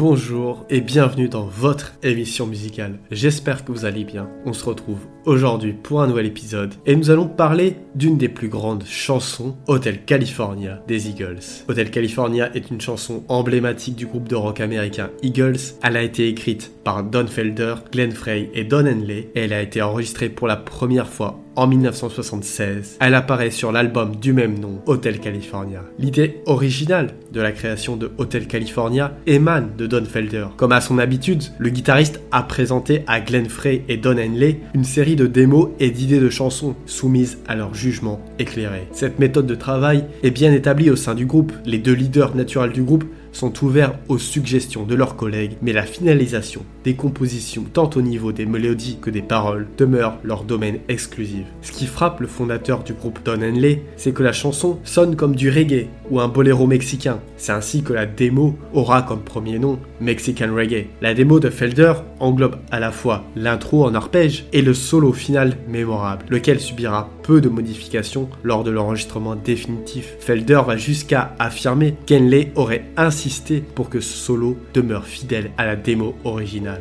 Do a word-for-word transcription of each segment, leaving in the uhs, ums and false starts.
Bonjour et bienvenue dans votre émission musicale. J'espère que vous allez bien. On se retrouve aujourd'hui pour un nouvel épisode et nous allons parler d'une des plus grandes chansons, Hotel California des Eagles. Hotel California est une chanson emblématique du groupe de rock américain Eagles. Elle a été écrite par Don Felder, Glenn Frey et Don Henley et elle a été enregistrée pour la première fois en dix-neuf cent soixante-seize. Elle apparaît sur l'album du même nom, Hotel California. L'idée originale de la création de Hotel California émane de Don Felder. Comme à son habitude, le guitariste a présenté à Glenn Frey et Don Henley une série de démos et d'idées de chansons soumises à leur jugement éclairé. Cette méthode de travail est bien établie au sein du groupe. Les deux leaders naturels du groupe sont ouverts aux suggestions de leurs collègues, mais la finalisation des compositions, tant au niveau des mélodies que des paroles, demeure leur domaine exclusif. Ce qui frappe le fondateur du groupe Don Henley, c'est que la chanson sonne comme du reggae ou un boléro mexicain. C'est ainsi que la démo aura comme premier nom Mexican Reggae. La démo de Felder englobe à la fois l'intro en arpège et le solo final mémorable, lequel subira peu de modifications lors de l'enregistrement définitif. Felder va jusqu'à affirmer qu'Henley aurait insisté pour que ce solo demeure fidèle à la démo originale.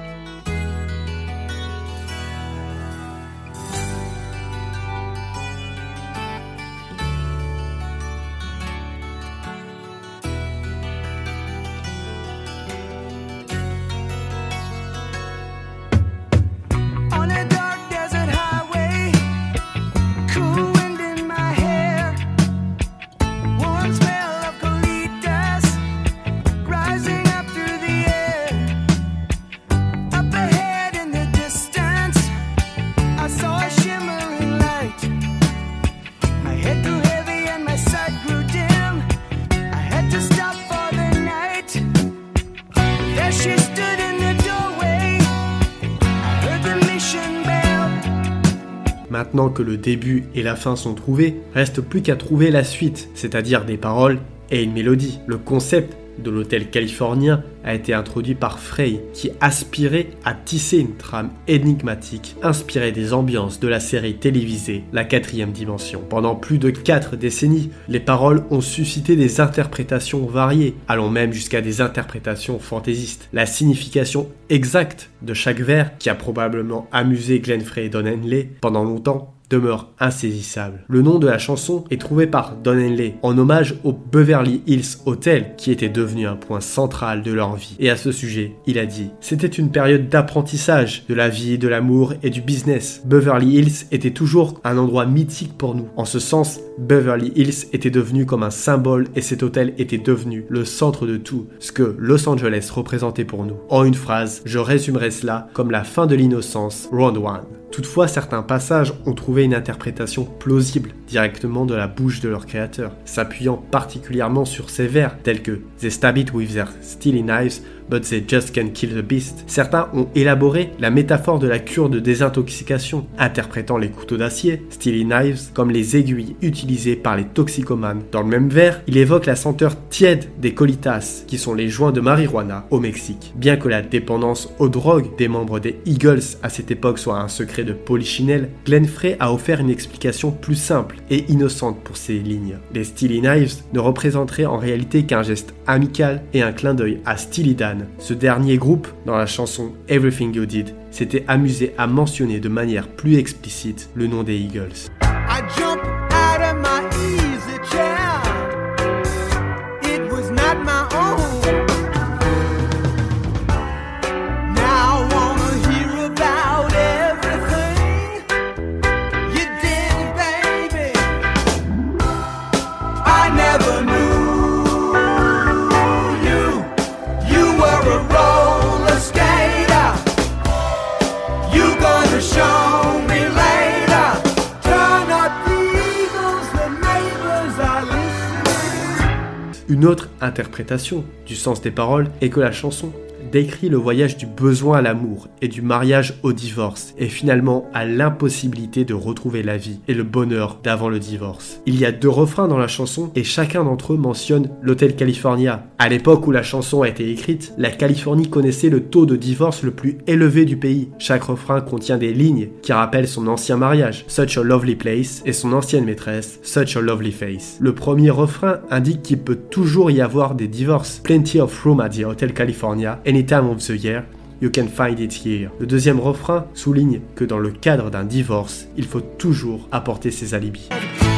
Maintenant que le début et la fin sont trouvés, reste plus qu'à trouver la suite, c'est-à-dire des paroles et une mélodie. Le concept de l'Hotel Californien a été introduit par Frey, qui aspirait à tisser une trame énigmatique inspirée des ambiances de la série télévisée La Quatrième Dimension. Pendant plus de quatre décennies, les paroles ont suscité des interprétations variées, allant même jusqu'à des interprétations fantaisistes. La signification exacte de chaque vers, qui a probablement amusé Glenn Frey et Don Henley pendant longtemps, demeure insaisissable. Le nom de la chanson est trouvé par Don Henley en hommage au Beverly Hills Hotel qui était devenu un point central de leur vie. Et à ce sujet, il a dit « C'était une période d'apprentissage de la vie, de l'amour et du business. Beverly Hills était toujours un endroit mythique pour nous. En ce sens, Beverly Hills était devenu comme un symbole et cet hôtel était devenu le centre de tout ce que Los Angeles représentait pour nous. En une phrase, je résumerai cela comme la fin de l'innocence, round one. » Toutefois, certains passages ont trouvé une interprétation plausible directement de la bouche de leur créateur, s'appuyant particulièrement sur ces vers tels que « They stab it with their steely knives, but they just can't kill the beast ». Certains ont élaboré la métaphore de la cure de désintoxication, interprétant les couteaux d'acier, steely knives, comme les aiguilles utilisées par les toxicomanes. Dans le même vers, il évoque la senteur tiède des colitas, qui sont les joints de marijuana au Mexique. Bien que la dépendance aux drogues des membres des Eagles à cette époque soit un secret de polichinelle, Glenn Frey a offert une explication plus simple et innocente pour ces lignes. Les Steely Knives ne représenteraient en réalité qu'un geste amical et un clin d'œil à Steely Dan. Ce dernier groupe, dans la chanson Everything You Did, s'était amusé à mentionner de manière plus explicite le nom des Eagles. I jump out of my easy chair. It was not my own. Une autre interprétation du sens des paroles est que la chanson décrit le voyage du besoin à l'amour et du mariage au divorce, et finalement à l'impossibilité de retrouver la vie et le bonheur d'avant le divorce. Il y a deux refrains dans la chanson et chacun d'entre eux mentionne l'Hotel California. À l'époque où la chanson a été écrite, la Californie connaissait le taux de divorce le plus élevé du pays. Chaque refrain contient des lignes qui rappellent son ancien mariage, Such a Lovely Place, et son ancienne maîtresse, Such a Lovely Face. Le premier refrain indique qu'il peut toujours y avoir des divorces. Plenty of room at the Hotel California, any time of the year, you can find it here. Le deuxième refrain souligne que dans le cadre d'un divorce, il faut toujours apporter ses alibis.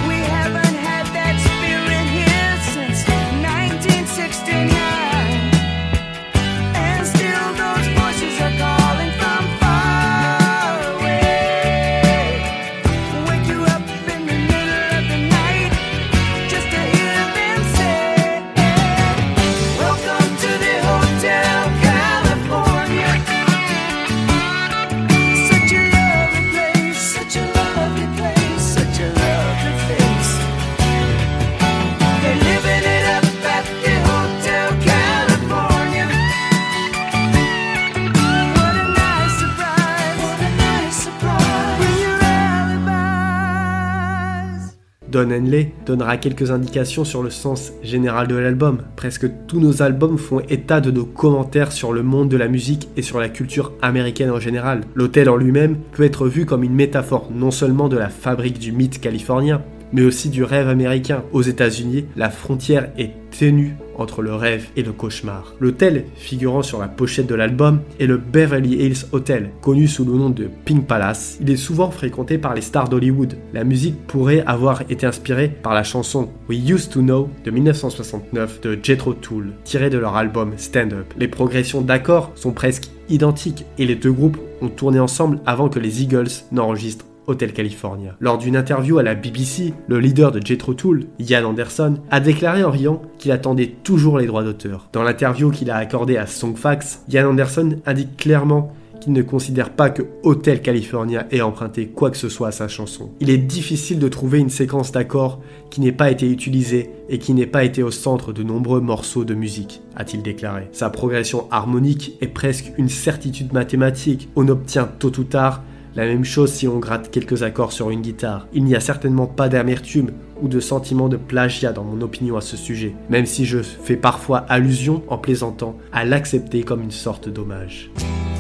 Don Henley donnera quelques indications sur le sens général de l'album. Presque tous nos albums font état de nos commentaires sur le monde de la musique et sur la culture américaine en général. L'hôtel en lui-même peut être vu comme une métaphore non seulement de la fabrique du mythe californien, mais aussi du rêve américain. Aux États-Unis, la frontière est ténue entre le rêve et le cauchemar. L'hôtel figurant sur la pochette de l'album est le Beverly Hills Hotel, connu sous le nom de Pink Palace. Il est souvent fréquenté par les stars d'Hollywood. La musique pourrait avoir été inspirée par la chanson We Used to Know de dix-neuf cent soixante-neuf de Jethro Tull, tirée de leur album Stand Up. Les progressions d'accords sont presque identiques et les deux groupes ont tourné ensemble avant que les Eagles n'enregistrent Hotel California. Lors d'une interview à la B B C, le leader de Jethro Tull, Ian Anderson, a déclaré en riant qu'il attendait toujours les droits d'auteur. Dans l'interview qu'il a accordée à Songfax, Ian Anderson indique clairement qu'il ne considère pas que Hotel California ait emprunté quoi que ce soit à sa chanson. Il est difficile de trouver une séquence d'accords qui n'ait pas été utilisée et qui n'ait pas été au centre de nombreux morceaux de musique, a-t-il déclaré. Sa progression harmonique est presque une certitude mathématique. On obtient tôt ou tard la même chose si on gratte quelques accords sur une guitare. Il n'y a certainement pas d'amertume ou de sentiment de plagiat dans mon opinion à ce sujet, même si je fais parfois allusion, en plaisantant, à l'accepter comme une sorte d'hommage.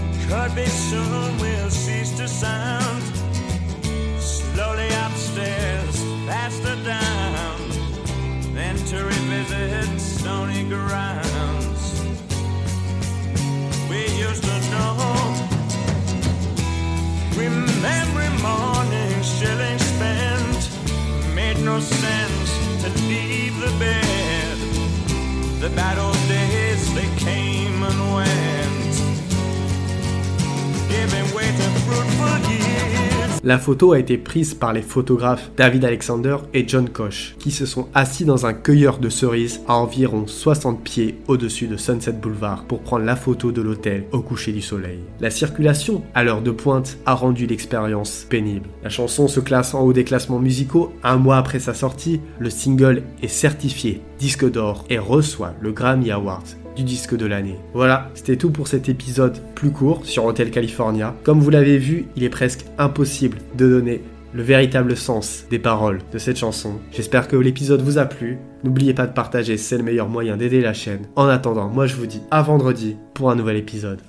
Every morning shilling spent made no sense to leave the bed. The bad old days, they came and went, giving way to fruitful years. La photo a été prise par les photographes David Alexander et John Koch, qui se sont assis dans un cueilleur de cerises à environ soixante pieds au-dessus de Sunset Boulevard pour prendre la photo de l'hôtel au coucher du soleil. La circulation, à l'heure de pointe, a rendu l'expérience pénible. La chanson se classe en haut des classements musicaux. Un mois après sa sortie, le single est certifié disque d'or et reçoit le Grammy Award du disque de l'année. Voilà, c'était tout pour cet épisode plus court sur Hotel California. Comme vous l'avez vu, il est presque impossible de donner le véritable sens des paroles de cette chanson. J'espère que l'épisode vous a plu. N'oubliez pas de partager, c'est le meilleur moyen d'aider la chaîne. En attendant, moi je vous dis à vendredi pour un nouvel épisode.